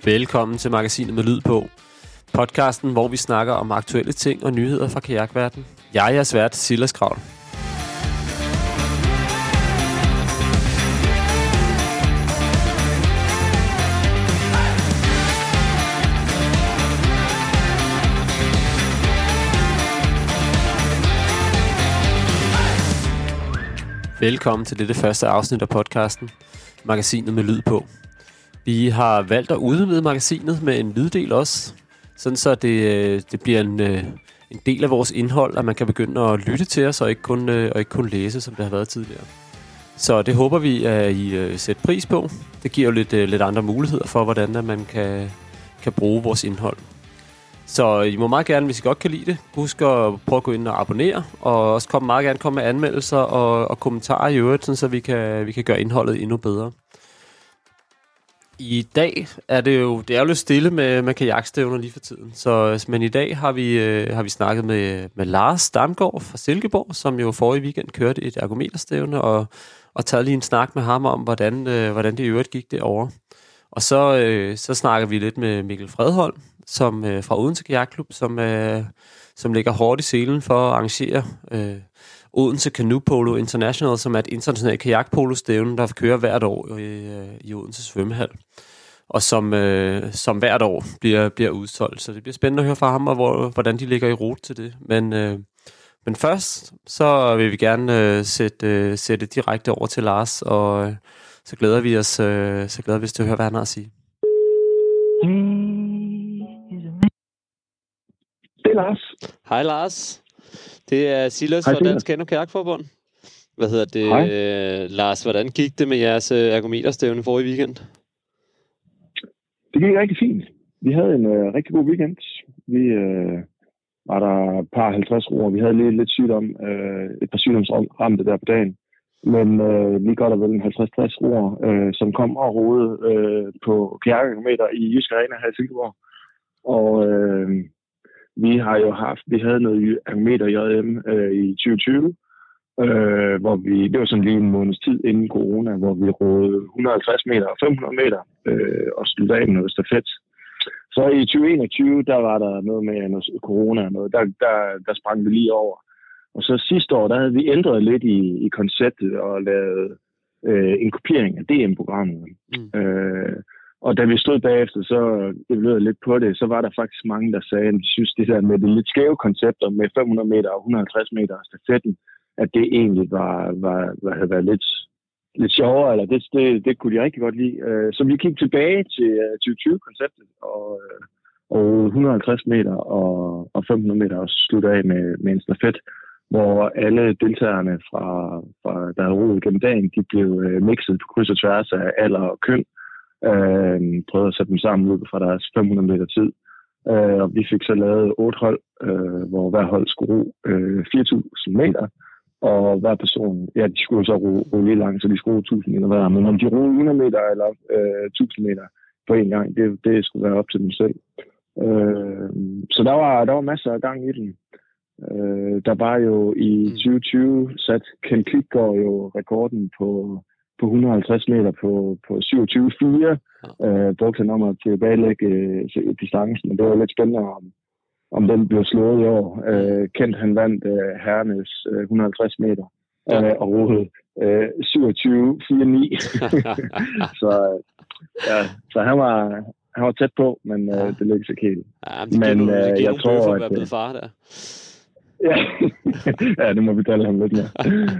Velkommen til Magasinet med Lyd på. Podcasten, hvor vi snakker om aktuelle ting og nyheder fra kajakverdenen. Jeg er jeres vært, Silas Kravl. Velkommen til dette første afsnit af podcasten, Magasinet med Lyd på. Vi har valgt at udvide magasinet med en lyddel også, sådan så det bliver en del af vores indhold, at man kan begynde at lytte til os og ikke kun læse, som det har været tidligere. Så det håber vi, at I sætter pris på. Det giver jo lidt andre muligheder for, hvordan at man kan bruge vores indhold. Så I må meget gerne, hvis I godt kan lide det, husk at prøve at gå ind og abonnere, og også meget gerne komme med anmeldelser og kommentarer i øvrigt, sådan så vi kan gøre indholdet endnu bedre. I dag er det jo lidt stille med kajakstævner lige for tiden. Men i dag har vi snakket med Lars Damgaard fra Silkeborg, som jo forrige weekend kørte et ergometerstævne, og taget lige en snak med ham om, hvordan det i øvrigt gik derovre. Og så snakker vi lidt med Mikkel Fredholm, som fra Odense Kajakklub, som ligger hårdt i selen for at arrangere Odense Canoe Polo International, som er et internationalt kajakpolostævne, der kører hvert år i Odense svømmehal, og som hvert år bliver udsolgt. Så det bliver spændende at høre fra ham, og hvordan de ligger i rute til det. Men først, så vil vi gerne sætte direkte over til Lars, og så glæder vi os til at høre, hvad han har at sige. Det er Lars. Hej Lars. Det er Silas fra Dansk Kano Kajakforbund. Hvad hedder det? Lars, hvordan gik det med jeres ergometerstævne forrige weekend? Det gik rigtig fint. Vi havde en rigtig god weekend. Vi var der et par 50 roer. Vi havde lidt sygdom, et par sygdomsramte der på dagen. Men vi godt og vel en 50-60 roer, som kom og rodede på kajakergometer i Jysk Arena her i Silkeborg. Og vi havde noget ergometer JM i 2020, hvor det var sådan lige en måneds tid inden corona, hvor vi rodede 150 meter og 500 meter og sluttede af med noget stafet. Så i 2021, der var der noget med noget corona og noget, der sprang vi lige over. Og så sidste år, der havde vi ændret lidt i konceptet og lavet en kopiering af DM-programmet. Og da vi stod bagefter, så evaluerede lidt på det, så var der faktisk mange, der sagde, at de synes, det der med det lidt skæve koncepter med 500 meter og 150 meter af stafetten, at det egentlig havde været lidt sjovere, eller det kunne de rigtig godt lide. Så vi gik tilbage til 2020-konceptet, og 150 meter og 500 meter og sluttede af med en stafet, hvor alle deltagerne der havde roet gennem dagen, de blev mixet på kryds og tværs af alder og køn. Prøvede at sætte dem sammen ud fra deres 500 meter tid. Og vi fik så lavet 8 hold, hvor hver hold skulle ro 4.000 meter. Og hver person, ja, de skulle så ro lige langt, så de skulle ro 1.000 meter hver. Men om de roede 100 meter eller 1.000 meter på en gang, det skulle være op til dem selv. Så der var masser af gang i den. Der var jo i 2020 sat Ken Klitgaard jo rekorden på 150 meter på 27,4. Brugte han om at tilbagelægge distancen, og det var lidt spændende, om den blev slået i år. Kent han vandt herrenes 150 meter og roede 27,49. så han var tæt på, men det lykkedes ikke helt. Men jeg tror, at være blevet far der. Ja, det må vi tale ham lidt mere.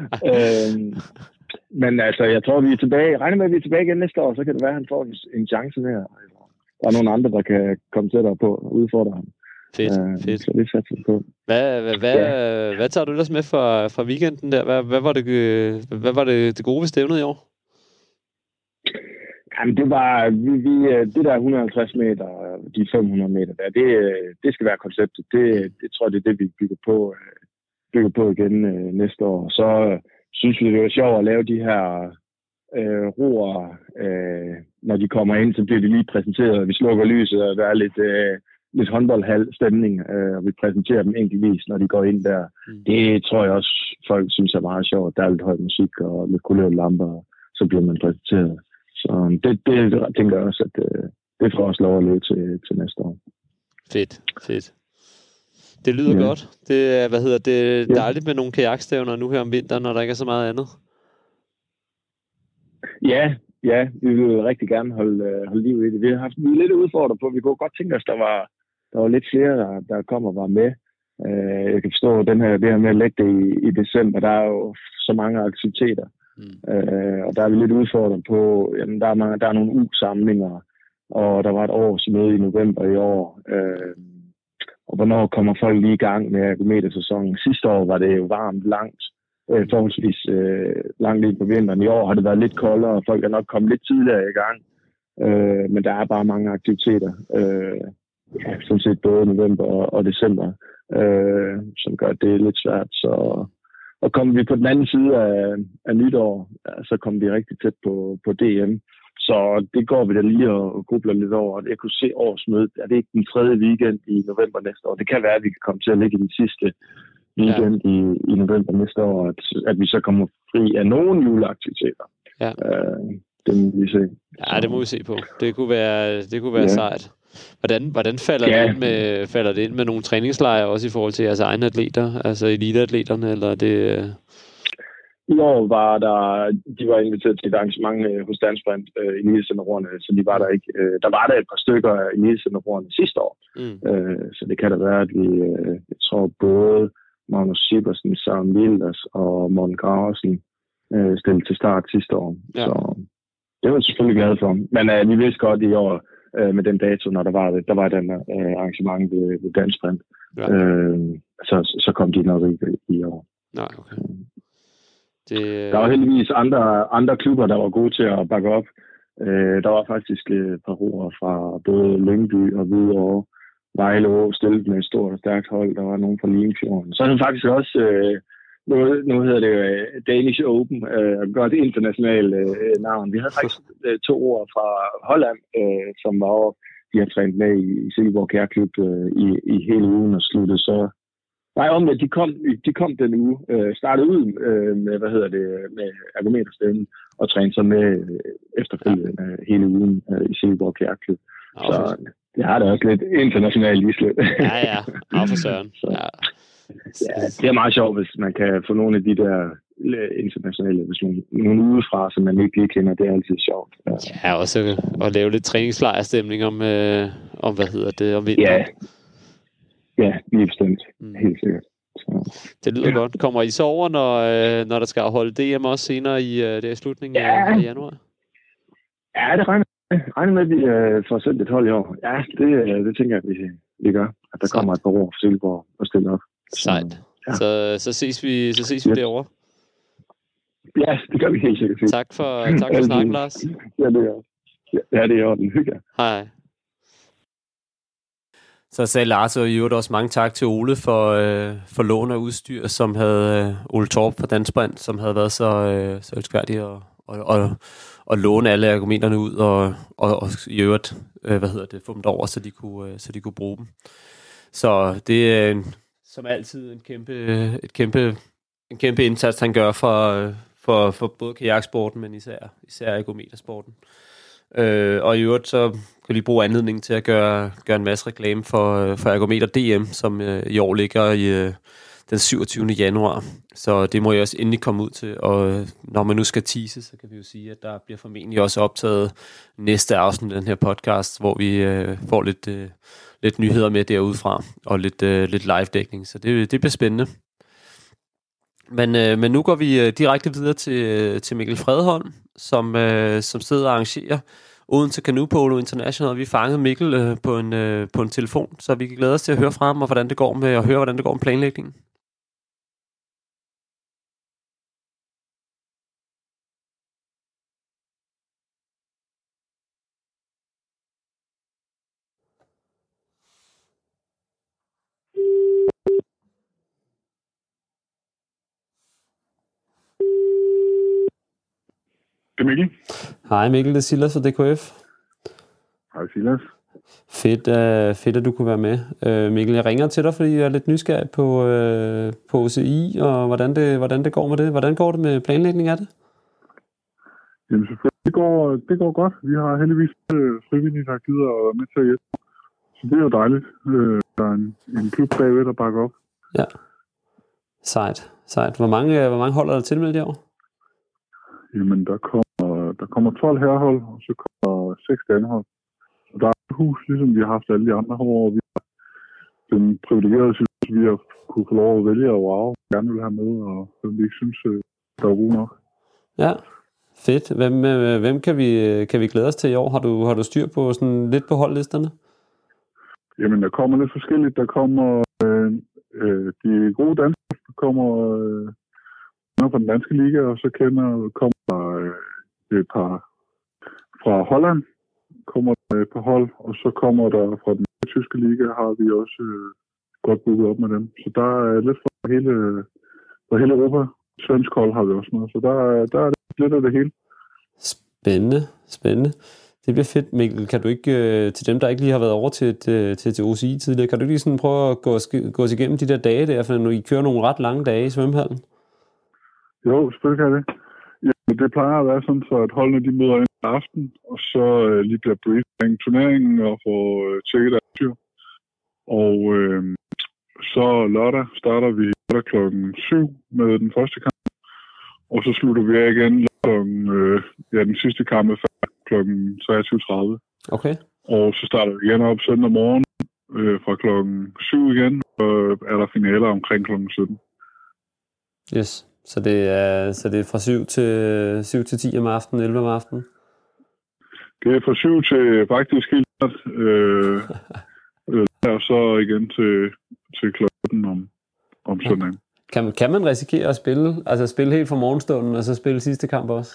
Men altså, jeg tror, vi er tilbage. Regner med, at vi er tilbage igen næste år, så kan det være, at han får en chance mere. Der er nogle andre, der kan komme tættere på og udfordre ham. Fedt. Så det satser vi på. Hvad tager du ellers med fra weekenden der? Hvad var det gode ved stævnet i år? Jamen, det var det der 150 meter, de 500 meter der, det skal være konceptet. Det tror jeg, det er det, vi bygger på igen næste år. Så synes vi, det er sjovt at lave de her roer, når de kommer ind, så bliver de lige præsenteret. Vi slukker lyset, og der er lidt håndboldhal stemning, og vi præsenterer dem enkeltvis, når de går ind der. Det tror jeg også, folk synes er meget sjovt. Der er lidt høj musik og lidt kulørte lamper, så bliver man præsenteret. Så det tænker jeg også, at det får også lov at løbe til næste år. Fedt. Det lyder godt. Det er, dejligt med nogle kajakstævner nu her om vinteren, når der ikke er så meget andet. Ja, vi vil rigtig gerne holde liv i det. Vi har haft lidt udfordret på, vi kunne godt tænke os, der var lidt flere, der kom og var med. Jeg kan forstå, det her med at lægge det i december, der er jo så mange aktiviteter. Og der er vi lidt udfordret på, jamen, der er nogle ugesamlinger, og der var et årsmøde i november i år. Og hvornår kommer folk lige i gang med ergometersæsonen? Sidste år var det jo varmt, langt, forholdsvis langt ind på vinteren. I år har det været lidt koldere, og folk er nok kommet lidt tidligere i gang. Men der er bare mange aktiviteter, sådan set både november og december, som gør det lidt svært. Og kommer vi på den anden side af nytår, så kommer vi rigtig tæt på DM. Så det går vi da lige og grubler lidt over. Jeg kunne se årsmødet. Er det ikke den 3. weekend i november næste år? Det kan være, at vi kan komme til at ligge i den sidste weekend i november næste år, at vi så kommer fri af nogle juleaktiviteter. Ja. Det må vi se. Ja, det må vi se på. Det kunne være sejt. Hvordan falder det ind med nogle træningslejre også i forhold til jeres egne atleter, altså eliteatleterne, eller det? I år de var inviteret til et arrangement hos Dansbrand i Elitecenterroerne, så de var der ikke. Der var der et par stykker af Elitecenterroerne sidste år, så det kan da være, at vi, jeg tror både Magnus Sibersen, Søren Wilders og Morten Graversen stillede til start sidste år. Ja. Så det var jeg selvfølgelig glad for. Men vi vidste godt i år, med den dato, når der var den arrangement ved Dansbrand, så kom de nok ikke i år. Nej, okay. Der var heldigvis andre klubber, der var gode til at bakke op. Der var faktisk et par roer fra både Lyngby og Hvidovre. Vejle stillet med et stort og stærkt hold. Der var nogen fra Limfjorden. Så er det faktisk også, nu hedder det Danish Open, godt internationalt navn. Vi havde faktisk 2 ord fra Holland, som var over. De har trænet med i Silkeborg Kærklub i hele ugen og sluttede så. Nej, omvendt, de kom den uge, startede ud med, med ergometerstævnen, og trænede så med efterfølgende hele ugen i Silkeborg Kærklub. Så det har da også lidt internationalt islet. Ja, for søren. Ja. Ja, det er meget sjovt, hvis man kan få nogle af de der internationale, hvis nogle udefra, som man ikke lige kender, det er altid sjovt. Ja, også at lave lidt træningslejrstemning om om vinteren. Ja, lige bestemt. Helt sikkert. Så. Det lyder godt. Kommer I så over, når der skal holde DM også senere i slutningen af januar? Ja, det regner med, at vi får sendt et hold i år. Ja, det tænker jeg, at vi gør. At der kommer et par år for Silkeborg og stille op. Sejt. Ja. Så ses vi derovre. Ja, det gør vi helt sikkert. Tak for snakken, Lars. Ja, det er i orden. Hygge. Hej. Så sagde Lars, og i øvrigt også mange tak til Ole for lån af udstyr, som havde Ole Torp fra Dansbrand, som havde været så elskværdig at låne alle ergometerne ud og i øvrigt få dem derover, så de kunne bruge dem. Så det er som altid en kæmpe indsats, han gør for både kajaksporten, men især ergometersporten. Og i øvrigt så kan vi bruge anledningen til at gøre en masse reklame for Ergometer DM, som i år ligger i den 27. januar. Så det må jeg også endelig komme ud til. Og når man nu skal tease, så kan vi jo sige, at der bliver formentlig også optaget næste afsnit af den her podcast, hvor vi får lidt nyheder med derudefra, og lidt live-dækning. Så det bliver spændende. Men nu går vi direkte videre til Mikkel Fredholm, som sidder og arrangerer Odense Canoe Polo International. Vi fangede Mikkel på en telefon, så vi kan glæde os til at høre fra ham, og hvordan det går med planlægningen. Det er Mikkel. Hej Mikkel, det er Silas fra DKF. Hej Silas. Fedt, at du kunne være med. Mikkel, jeg ringer til dig, fordi jeg er lidt nysgerrig på OCI, og hvordan det går med det. Hvordan går det med planlægning af det? Jamen selvfølgelig Det går godt. Vi har heldigvis frivillige, der gider at være med til at hjælpe. Så det er jo dejligt. Der er en klub bagved, der bakker op. Ja. Sejt. Hvor mange hold er der tilmeldt i år? Jamen, der kommer 12 herrehold, og så kommer 6 damehold. Og der er et hus, ligesom vi har haft alle de andre år. Vi har den privilegerede situation, vi har kunne få lov at vælge, og wow, gerne vil have med, og hvem vi ikke synes, der er god nok. Ja, fedt. Hvem kan vi glæde os til i år? Har du styr på sådan lidt på holdlisterne? Jamen, der kommer lidt forskelligt. Der kommer de gode danskere, der kommer fra den danske liga, og så kommer et par fra Holland, kommer der et par hold, og så kommer der fra den tyske liga, har vi også godt booket op med dem. Så der er lidt fra hele Europa. Svensk hold har vi også med, så der er lidt af det hele. Spændende. Det bliver fedt. Mikkel, kan du ikke, til dem, der ikke lige har været over til OCI tidligere, kan du ikke lige sådan prøve at gå os igennem de der dage der, for når I kører nogle ret lange dage i svømmehallen? Jo, selvfølgelig kan det. Ja, det plejer at være sådan, så at holdene de møder ind i aften, og så lige bliver briefing turneringen og får tjekket deres styr. Og så lørdag starter vi klokken 7 med den første kamp, og så slutter vi af igen den sidste kamp er klokken 23.30. Okay. Og så starter vi igen op søndag morgen fra klokken 7 igen, og er der finaler omkring klokken 17. Yes. Så det er fra 7 til 10 om aftenen, 11 om aftenen? Det er fra 7 til faktisk helt og så igen til klokken om søndagen. Kan man risikere at spille helt fra morgenstunden, og så spille sidste kamp også?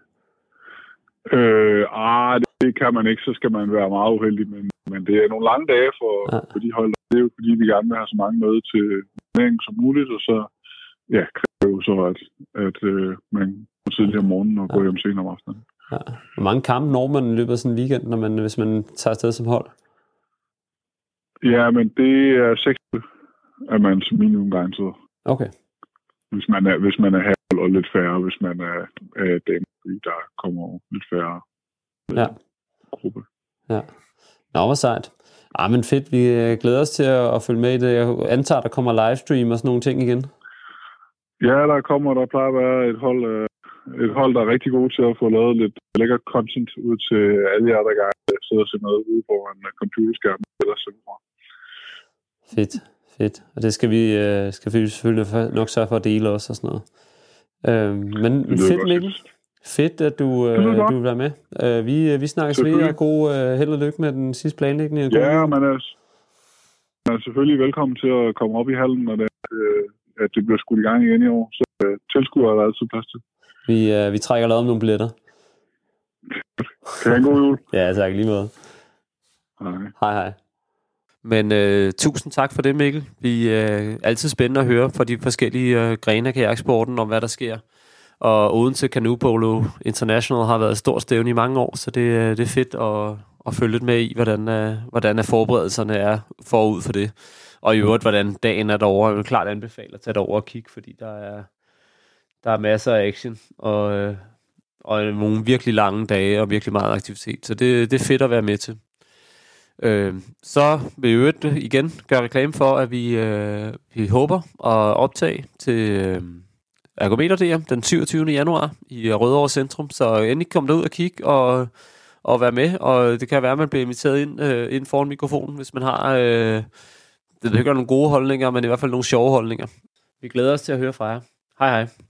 Det kan man ikke, så skal man være meget uheldig, men det er nogle lange dage for de hold. Det er jo fordi, vi gerne vil have så mange med til turneringen som muligt, og så kræver jo så, at man går tidligere om morgenen og går hjem senere om aftenen. Ja. Hvor mange kampe når man i løbet af sådan en weekend, hvis man tager afsted som hold? Ja, men det er 6, at man som minimum garanteret. Okay. Hvis man er halv og lidt færre, hvis man er dame, der kommer lidt færre gruppe. Ja. Nå, hvor sejt. Men fedt, vi glæder os til at følge med i det. Jeg antager, der kommer livestream og sådan nogle ting igen. Ja, der plejer at være et hold, der er rigtig gode til at få lavet lidt lækker content ud til alle jer, der gerne sidder og ser med ude på en computerskærm eller sådan noget. Fedt. Og det skal vi selvfølgelig nok sørge for at dele også og sådan noget. Men fedt, Mikkel. Fedt, at du vil være med. Vi snakkes ved, og god held og lykke med den sidste planlægning. Ja, man er selvfølgelig velkommen til at komme op i hallen, når at det bliver skudt i gang igen i år. Så tilskuere er der altid plads til. Vi trækker lavet om nogle billetter. Kan jeg en god jul? Ja, tak lige måde. Hej. Men tusind tak for det, Mikkel. Vi er altid spændende at høre fra de forskellige grene af kajaksporten om, hvad der sker. Og Odense Canoe Polo International har været et stort stævne i mange år, så det er fedt at følge lidt med i, hvordan forberedelserne er forud for det. Og i øvrigt, hvordan dagen er derovre. Jeg vil klart anbefale at tage derover og kigge, fordi der er masser af action og nogle virkelig lange dage og virkelig meget aktivitet. Så det er fedt at være med til. Så vil jeg øvrigt igen gøre reklame for, at vi håber at optage til Ergometer DM den 27. januar i Rødovre Centrum. Så endelig kom derud og kig og være med. Og det kan være, at man bliver inviteret ind foran mikrofonen, hvis man har det ikke nogle gode holdninger, men i hvert fald nogle sjove holdninger. Vi glæder os til at høre fra jer. Hej.